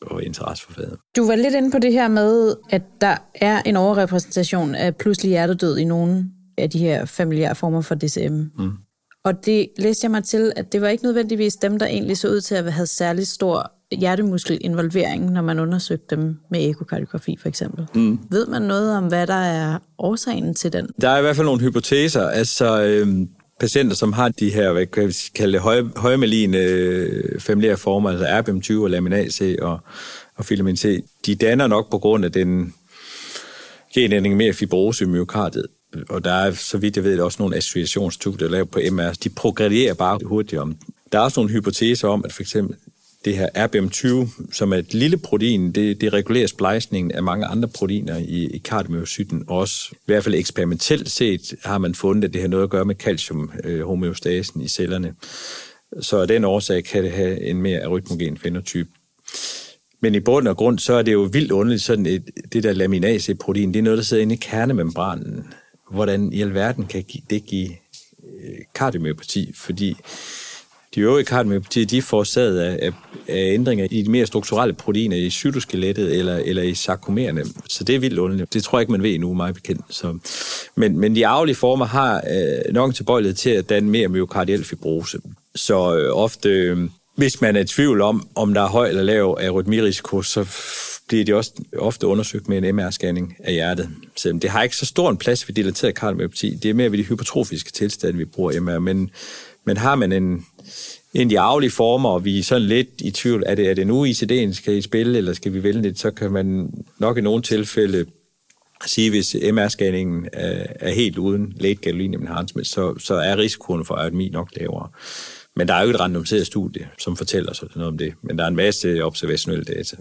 og interesse for faget. Du var lidt inde på det her med, at der er en overrepræsentation af pludselig hjertedød i nogle af de her familiære former for D C M. Mm. Og det læste jeg mig til, at det var ikke nødvendigvis dem, der egentlig så ud til at have særlig stor hjertemuskelinvolvering, når man undersøgte dem med ekokardiografi for eksempel. Mm. Ved man noget om, hvad der er årsagen til den? Der er i hvert fald nogle hypoteser. Altså øhm, patienter, som har de her, hvad kan vi kalde det, høj, højmaligende øh, familiære former, altså R B M tyve og lamin A C og, og filamin C, de danner nok på grund af den genændring mere fibrose i myokardiet. Og der er, så vidt jeg ved, også nogle associationsstudier, der lavet på M R. De progredierer bare hurtigere. Der er også nogle hypoteser om, at for eksempel det her R B M tyve, som er et lille protein, det, det regulerer splejsningen af mange andre proteiner i, i kardiomyocyten. Også i hvert fald eksperimentelt set har man fundet, at det har noget at gøre med calcium-homeostasen i cellerne. Så af den årsag kan det have en mere arytmogen fænotype. Men i bund og grund, så er det jo vildt underligt, sådan et, det der lamin A C-protein, det er noget, der sidder inde i kernemembranen. Hvordan i alverden kan det give kardiomyopati? Fordi de øvrige kardiomyopatier, de er forårsaget af, af ændringer i de mere strukturelle proteiner i cytoskelettet eller, eller i sarkomererne. Så det er vildt underligt. Det tror jeg ikke, man ved endnu, meget bekendt. Så, men, men de arvelige former har øh, nok tilbøjelighed til at danne mere myokardiel fibrose. Så øh, ofte, øh, hvis man er i tvivl om, om der er høj eller lav arytmirisiko, så bliver de også ofte undersøgt med en M R-scanning af hjertet. Så det har ikke så stor en plads ved dilateret kardiomyopati. Det er mere ved de hypertrofiske tilstande, vi bruger M R. Men, men har man en, en af de arvelige former, og vi er sådan lidt i tvivl, er det, er det nu I C D'en skal I spille, eller skal vi vælge det, så kan man nok i nogle tilfælde sige, hvis M R-scanningen er, er helt uden late gadolinium enhancement, så, så er risikoen for arytmi nok lavere. Men der er jo et randomiseret studie, som fortæller os noget om det. Men der er en masse observationelle data.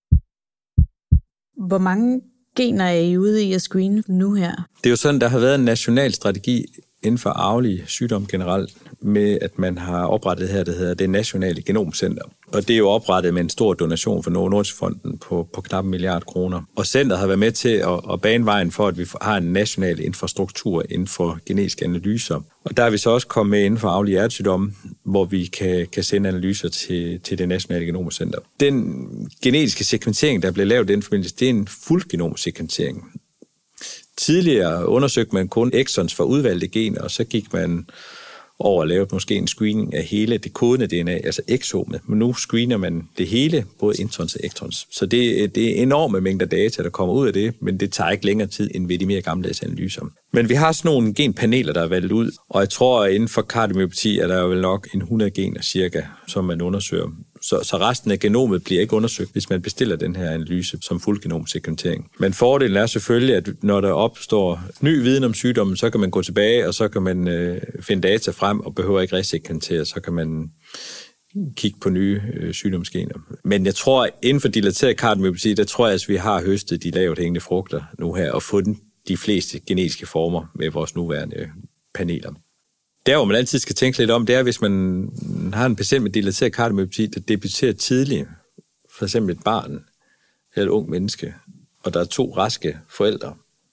Hvor mange gener er I ude i at screene nu her? Det er jo sådan, der har været en national strategi inden for arvelige sygdomme generelt, med at man har oprettet her, der hedder det Nationale Genomcenter. Og det er jo oprettet med en stor donation fra Novo Nordisk Fonden på, på knap en milliard kroner. Og centret har været med til at, at bane vejen for, at vi har en national infrastruktur inden for genetiske analyser. Og der er vi så også kommet med inden for arvelige hjertesygdomme, hvor vi kan, kan sende analyser til, til det Nationale Genomcenter. Den genetiske sekventering, der blev lavet i den forbindelse, det er en fuldgenomsekventering. Tidligere undersøgte man kun exons for udvalgte gener, og så gik man over at lave måske en screening af hele det kodende D N A, altså exomet. Men nu screener man det hele, både introns og extrons. Så det, det er enorme mængder data, der kommer ud af det, men det tager ikke længere tid end ved de mere gammeldags analyser. Men vi har sådan nogle genpaneler, der er valgt ud, og jeg tror, at inden for kardiomyopati er der jo vel nok en hundrede gener cirka, som man undersøger. Så, så resten af genomet bliver ikke undersøgt, hvis man bestiller den her analyse som fuldgenomsekventering. Men fordelen er selvfølgelig, at når der opstår ny viden om sygdommen, så kan man gå tilbage, og så kan man øh, finde data frem, og behøver ikke resekventere, så kan man kigge på nye øh, sygdomsgener. Men jeg tror, inden for dilateret kardiomyopati, der tror jeg, at vi har høstet de lavt hængende frugter nu her, og fundet de fleste genetiske former med vores nuværende paneler. Der, hvor man altid skal tænke lidt om, det er, hvis man har en patient med dilateret kardiomyopati, der debuterer tidligt, for eksempel et barn eller et ung menneske, og der er to raske forældre,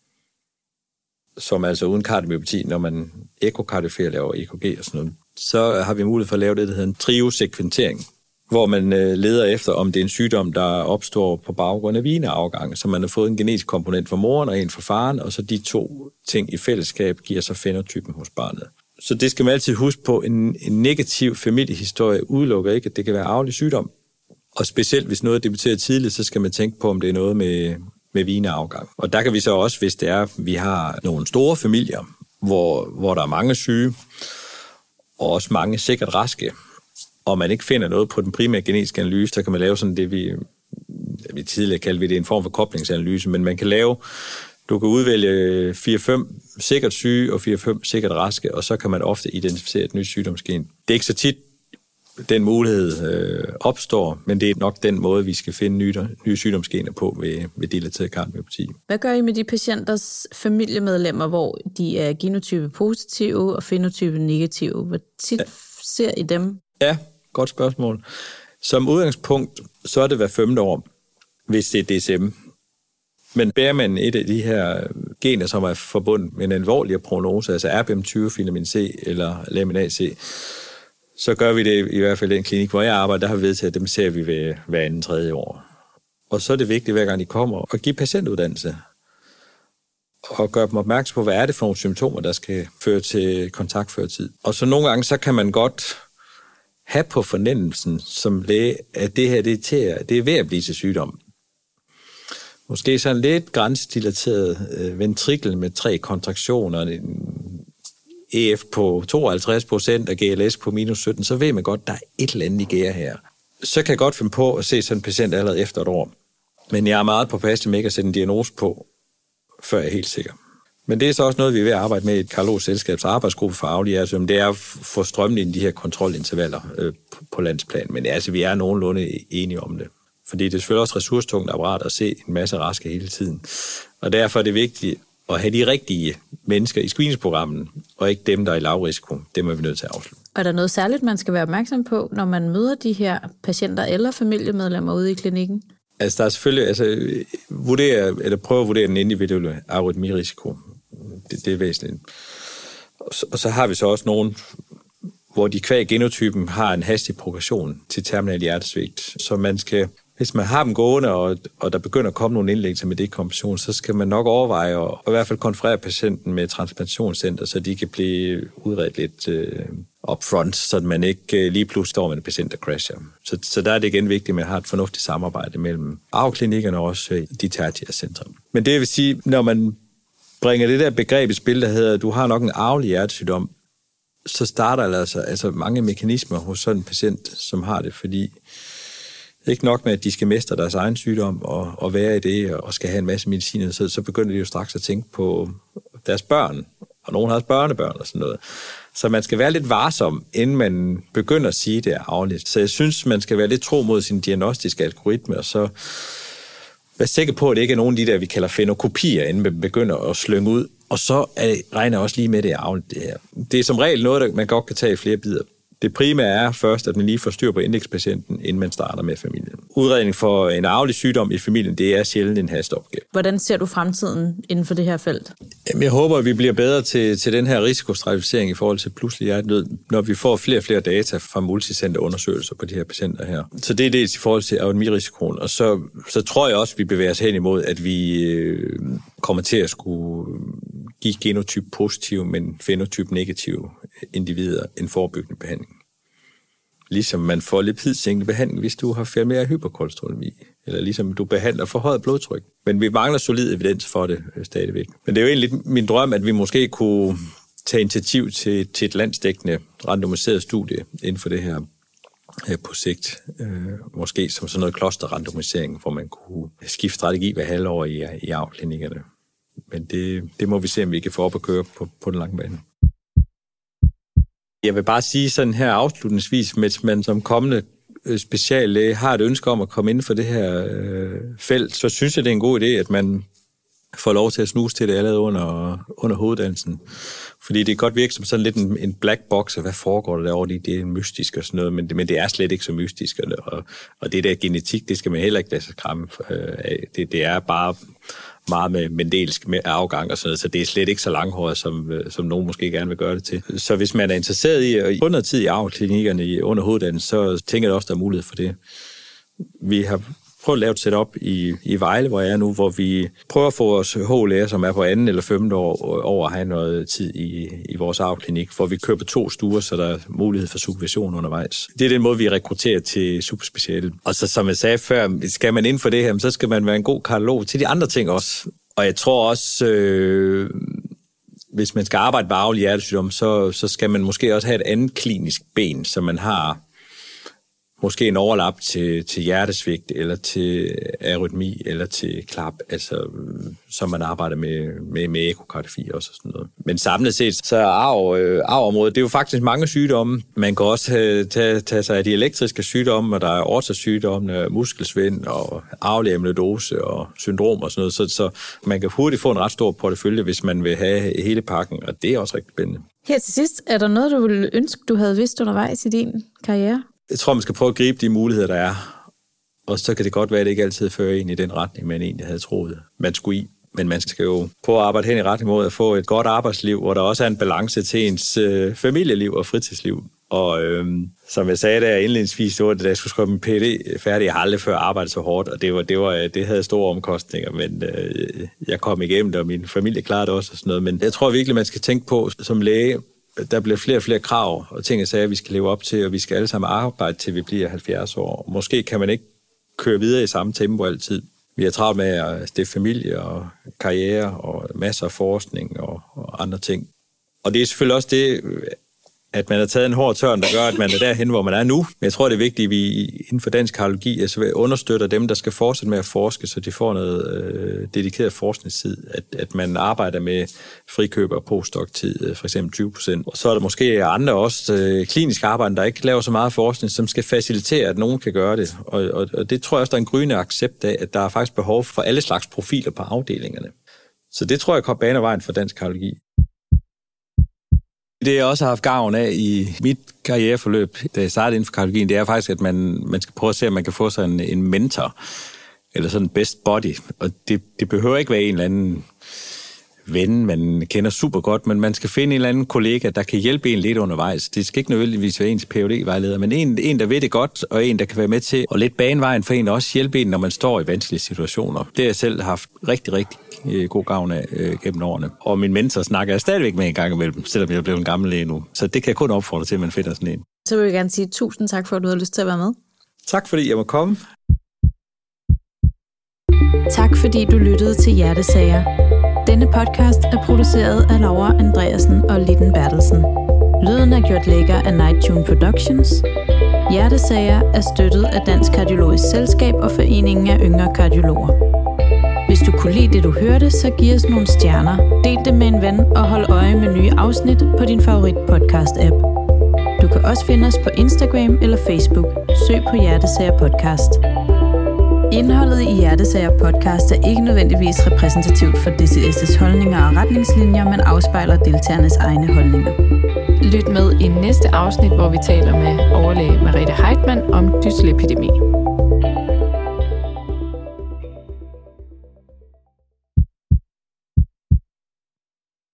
som er altså uden kardiomyopati, når man ekokardiograferer laver E K G og sådan noget, så har vi mulighed for at lave det, der hedder en triosekventering, hvor man leder efter, om det er en sygdom, der opstår på baggrund af vineafgang, så man har fået en genetisk komponent fra moren og en fra faren, og så de to ting i fællesskab giver så fænotypen hos barnet. Så det skal man altid huske på. En, en negativ familiehistorie udelukker ikke, at det kan være arvelig sygdom. Og specielt hvis noget debuterer tidligt, så skal man tænke på, om det er noget med, med vineafgang. Og der kan vi så også, hvis det er, vi har nogle store familier, hvor, hvor der er mange syge, og også mange sikkert raske, og man ikke finder noget på den primære genetiske analyse, så kan man lave sådan det, vi, vi tidligere kaldte det en form for koblingsanalyse, men man kan lave, du kan udvælge fire fem sikkert syge og fire fem sikkert raske, og så kan man ofte identificere et nyt sygdomsgen. Det er ikke så tit, den mulighed øh, opstår, men det er nok den måde, vi skal finde nye, nye sygdomsgener på ved, ved dilateret kardiomyopati. Hvad gør I med de patienters familiemedlemmer, hvor de er genotype positive og fænotype negative? Hvor tit ja. ser I dem? Ja, godt spørgsmål. Som udgangspunkt, så er det hver femte år, hvis det er D C M. Men bærer man et af de her gener, som er forbundet med en alvorlig prognose, altså R B M tyve, filamin C eller lamin A C, så gør vi det i hvert fald i den klinik, hvor jeg arbejder, der har vi vedtaget, at dem ser vi ved hver anden tredje år. Og så er det vigtigt, hver gang de kommer, at give patientuddannelse. Og gøre dem opmærksom på, hvad er det for nogle symptomer, der skal føre til kontaktførtid. Og så nogle gange, så kan man godt have på fornemmelsen som læge, at det her det er, til, det er ved at blive til sygdom. Måske sådan lidt grænsedilateret øh, ventrikel med tre kontraktioner, en E F på tooghalvtreds procent og G L S på minus sytten, så ved man godt, at der er et eller andet i gære her. Så kan jeg godt finde på at se sådan en patient allerede efter et år. Men jeg er meget påpasselig med ikke at sætte en diagnose på, før jeg er helt sikker. Men det er så også noget, vi er ved at arbejde med i et kardiologisk selskabs arbejdsgruppe for arvelig hjertesygdom. Det er at få strømmen ind i de her kontrolintervaller øh, på landsplan. Men altså, vi er nogenlunde enige om det. Fordi det er selvfølgelig også ressourcetungt apparat at se en masse raske hele tiden. Og derfor er det vigtigt at have de rigtige mennesker i screeningsprogrammet, og ikke dem, der er i lavrisiko. Det må vi nødt til at afslutte. Er der noget særligt, man skal være opmærksom på, når man møder de her patienter eller familiemedlemmer ude i klinikken? Altså, der er selvfølgelig, altså, vurdere, eller prøve at vurdere den individuelle arytmirisiko. Det, det er væsentligt. Og så, og så har vi så også nogen, hvor de kvæg genotypen har en hastig progression til terminal hjertesvigt. Så man skal, hvis man har dem gående, og, og der begynder at komme nogle indlæggelser med dekompensation, så skal man nok overveje at i hvert fald konferere patienten med transplantationscenter, så de kan blive udredt lidt øh, upfront, så man ikke øh, lige pludselig står med en patient, der crasher. Så, så der er det igen vigtigt, at man har et fornuftigt samarbejde mellem arveklinikkerne og også øh, de tertiære centre. Men det vil sige, når man bringer det der begreb i spil, der hedder, at du har nok en arvelig hjertesygdom, så starter altså, altså mange mekanismer hos sådan en patient, som har det, fordi ikke nok med, at de skal mestre deres egen sygdom og, og være i det, og skal have en masse medicin, så, så begynder de jo straks at tænke på deres børn, og nogen har også børnebørn og sådan noget. Så man skal være lidt varsom, inden man begynder at sige, at det er arveligt. Så jeg synes, man skal være lidt tro mod sin diagnostiske algoritme, og så være sikker på, at det ikke er nogen af de der, vi kalder fenokopier, inden man begynder at slynge ud. Og så er, regner jeg også lige med, at det er arveligt, det her. Det er som regel noget, der man godt kan tage i flere bidder. Det primære er først, at man lige får styr på indekspatienten, inden man starter med familien. Udredning for en arvelig sygdom i familien, det er sjældent en hasteopgave. Hvordan ser du fremtiden inden for det her felt? Jamen, jeg håber, at vi bliver bedre til, til den her risikostratificering i forhold til pludselig hjertenød, når vi får flere og flere data fra multicenterundersøgelser på de her patienter her. Så det er dels i forhold til arytmirisikoen, og så, så tror jeg også, at vi bevæger os hen imod, at vi øh, kommer til at skulle give genotyp positive, men fenotyp negative individer en forebyggende behandling. Ligesom man får lipidsænkende behandling, hvis du har fået mere hyperkolesterolemi, eller ligesom du behandler forhøjet blodtryk. Men vi mangler solid evidens for det øh, stadigvæk. Men det er jo egentlig min drøm, at vi måske kunne tage initiativ til, til et landsdækkende randomiseret studie inden for det her øh, på sigt. Øh, måske som sådan noget klosterrandomisering, hvor man kunne skifte strategi hver halvår i, i arveklinikkerne. Men det, det må vi se, om vi kan få op at køre på, på den lange bane. Jeg vil bare sige sådan her afslutningsvis, hvis man som kommende speciallæge har et ønske om at komme inden for det her øh, felt, så synes jeg, det er en god idé, at man får lov til at snuse til det allerede under, under hoveduddannelsen. Fordi det kan godt virke som sådan lidt en, en black box, og hvad foregår der derovre, det er mystisk og sådan noget, men det, men det er slet ikke så mystisk. Og, og det der genetik, det skal man heller ikke lade sig skræmme af. Det, det er bare meget med mendelsk med afgang og sådan noget, så det er slet ikke så langhåret, som, som nogen måske gerne vil gøre det til. Så hvis man er interesseret i at få noget tid i arveklinikkerne under hoveduddannelsen, så tænker jeg også, der er mulighed for det. Vi har prøvet at lave et setup i, i Vejle, hvor jeg er nu, hvor vi prøver at få vores H-læger, som er på anden eller femte år, over at have noget tid i, i vores arveklinik, hvor vi køber to stuer, så der er mulighed for supervision undervejs. Det er den måde, vi rekrutterer til superspeciale. Og så som jeg sagde før, skal man inden for det her, så skal man være en god kardiolog til de andre ting også. Og jeg tror også, øh, hvis man skal arbejde med arvelig hjertesygdom, så, så skal man måske også have et andet klinisk ben, så man har måske en overlap til, til hjertesvigt, eller til arytmi, eller til klap, altså som man arbejder med, med, med ekokardiograf også og sådan noget. Men samlet set, så er arv, øh, arvområdet, det er jo faktisk mange sygdomme. Man kan også øh, tage, tage sig af de elektriske sygdomme, og der er ortosygdomme, muskelsvind og arvelig amyloidose og syndrom og sådan noget, så, så man kan hurtigt få en ret stor portefølje, hvis man vil have hele pakken, og det er også rigtig spændende. Her til sidst, er der noget, du ville ønske, du havde vidst undervejs i din karriere? Jeg tror, man skal prøve at gribe de muligheder, der er. Og så kan det godt være, at det ikke altid fører en i den retning, man egentlig havde troet, man skulle i. Men man skal jo prøve at arbejde hen i retning mod at få et godt arbejdsliv, hvor der også er en balance til ens øh, familieliv og fritidsliv. Og øhm, som jeg sagde der indledningsvis, det var det, da jeg skulle skrive min P D færdig. Jeg har aldrig før arbejdet så hårdt, og det, var, det, var, det havde store omkostninger, men øh, jeg kom igennem det, og min familie klarede det også og sådan noget. Men jeg tror virkelig, man skal tænke på som læge, der bliver flere og flere krav, og ting og sager, vi skal leve op til, og vi skal alle sammen arbejde, til vi bliver halvfjerds år. Måske kan man ikke køre videre i samme tempo altid. Vi har travlt med at stifte familie og karriere og masser af forskning og, og andre ting. Og det er selvfølgelig også det, at man har taget en hård tørn, der gør, at man er derhen, hvor man er nu. Men jeg tror, det er vigtigt, at vi inden for dansk kardiologi altså understøtter dem, der skal fortsætte med at forske, så de får noget øh, dedikeret forskningstid. At, at man arbejder med frikøb og postdoc-tid, for eksempel tyve procent. Og så er der måske andre også øh, kliniske arbejder, der ikke laver så meget forskning, som skal facilitere, at nogen kan gøre det. Og, og, og det tror jeg også, der er en gryende accept af, at der er faktisk behov for alle slags profiler på afdelingerne. Så det tror jeg kommer bane vejen for dansk kardiologi. Det, jeg også har haft gavn af i mit karriereforløb, da jeg startede inden for kardiologien, det er faktisk, at man, man skal prøve at se, om man kan få sådan en, en mentor, eller sådan en best buddy. Og det, det behøver ikke være en eller anden ven, man kender super godt, men man skal finde en eller anden kollega, der kan hjælpe en lidt undervejs. Det skal ikke nødvendigvis være ens P H D-vejleder, men en, en, der ved det godt, og en, der kan være med til at lidt banevejen for en, og også hjælpe en, når man står i vanskelige situationer. Det har jeg selv haft rigtig, rigtig god gavn af øh, gennem årene. Og min mentor snakker jeg stadigvæk med en gang imellem, selvom jeg er blevet en gammel læge nu. Så det kan jeg kun opfordre til, at man finder sådan en. Så vil jeg gerne sige tusind tak for, at du havde lyst til at være med. Tak fordi jeg må komme. Tak fordi du lyttede til Hjertesager. Denne podcast er produceret af Laura Andreasen og Litten Bertelsen. Lyden er gjort lækker af Nighttune Productions. Hjertesager er støttet af Dansk Kardiologisk Selskab og Foreningen af Yngre Kardiologer. Hvis du kunne lide det, du hørte, så giv os nogle stjerner, del det med en ven og hold øje med nye afsnit på din favorit podcast-app. Du kan også finde os på Instagram eller Facebook. Søg på Hjertesager Podcast. Indholdet i Hjertesager Podcast er ikke nødvendigvis repræsentativt for D C S's holdninger og retningslinjer, men afspejler deltagernes egne holdninger. Lyt med i næste afsnit, hvor vi taler med overlæge Merete Heitmann om dyslepidemi.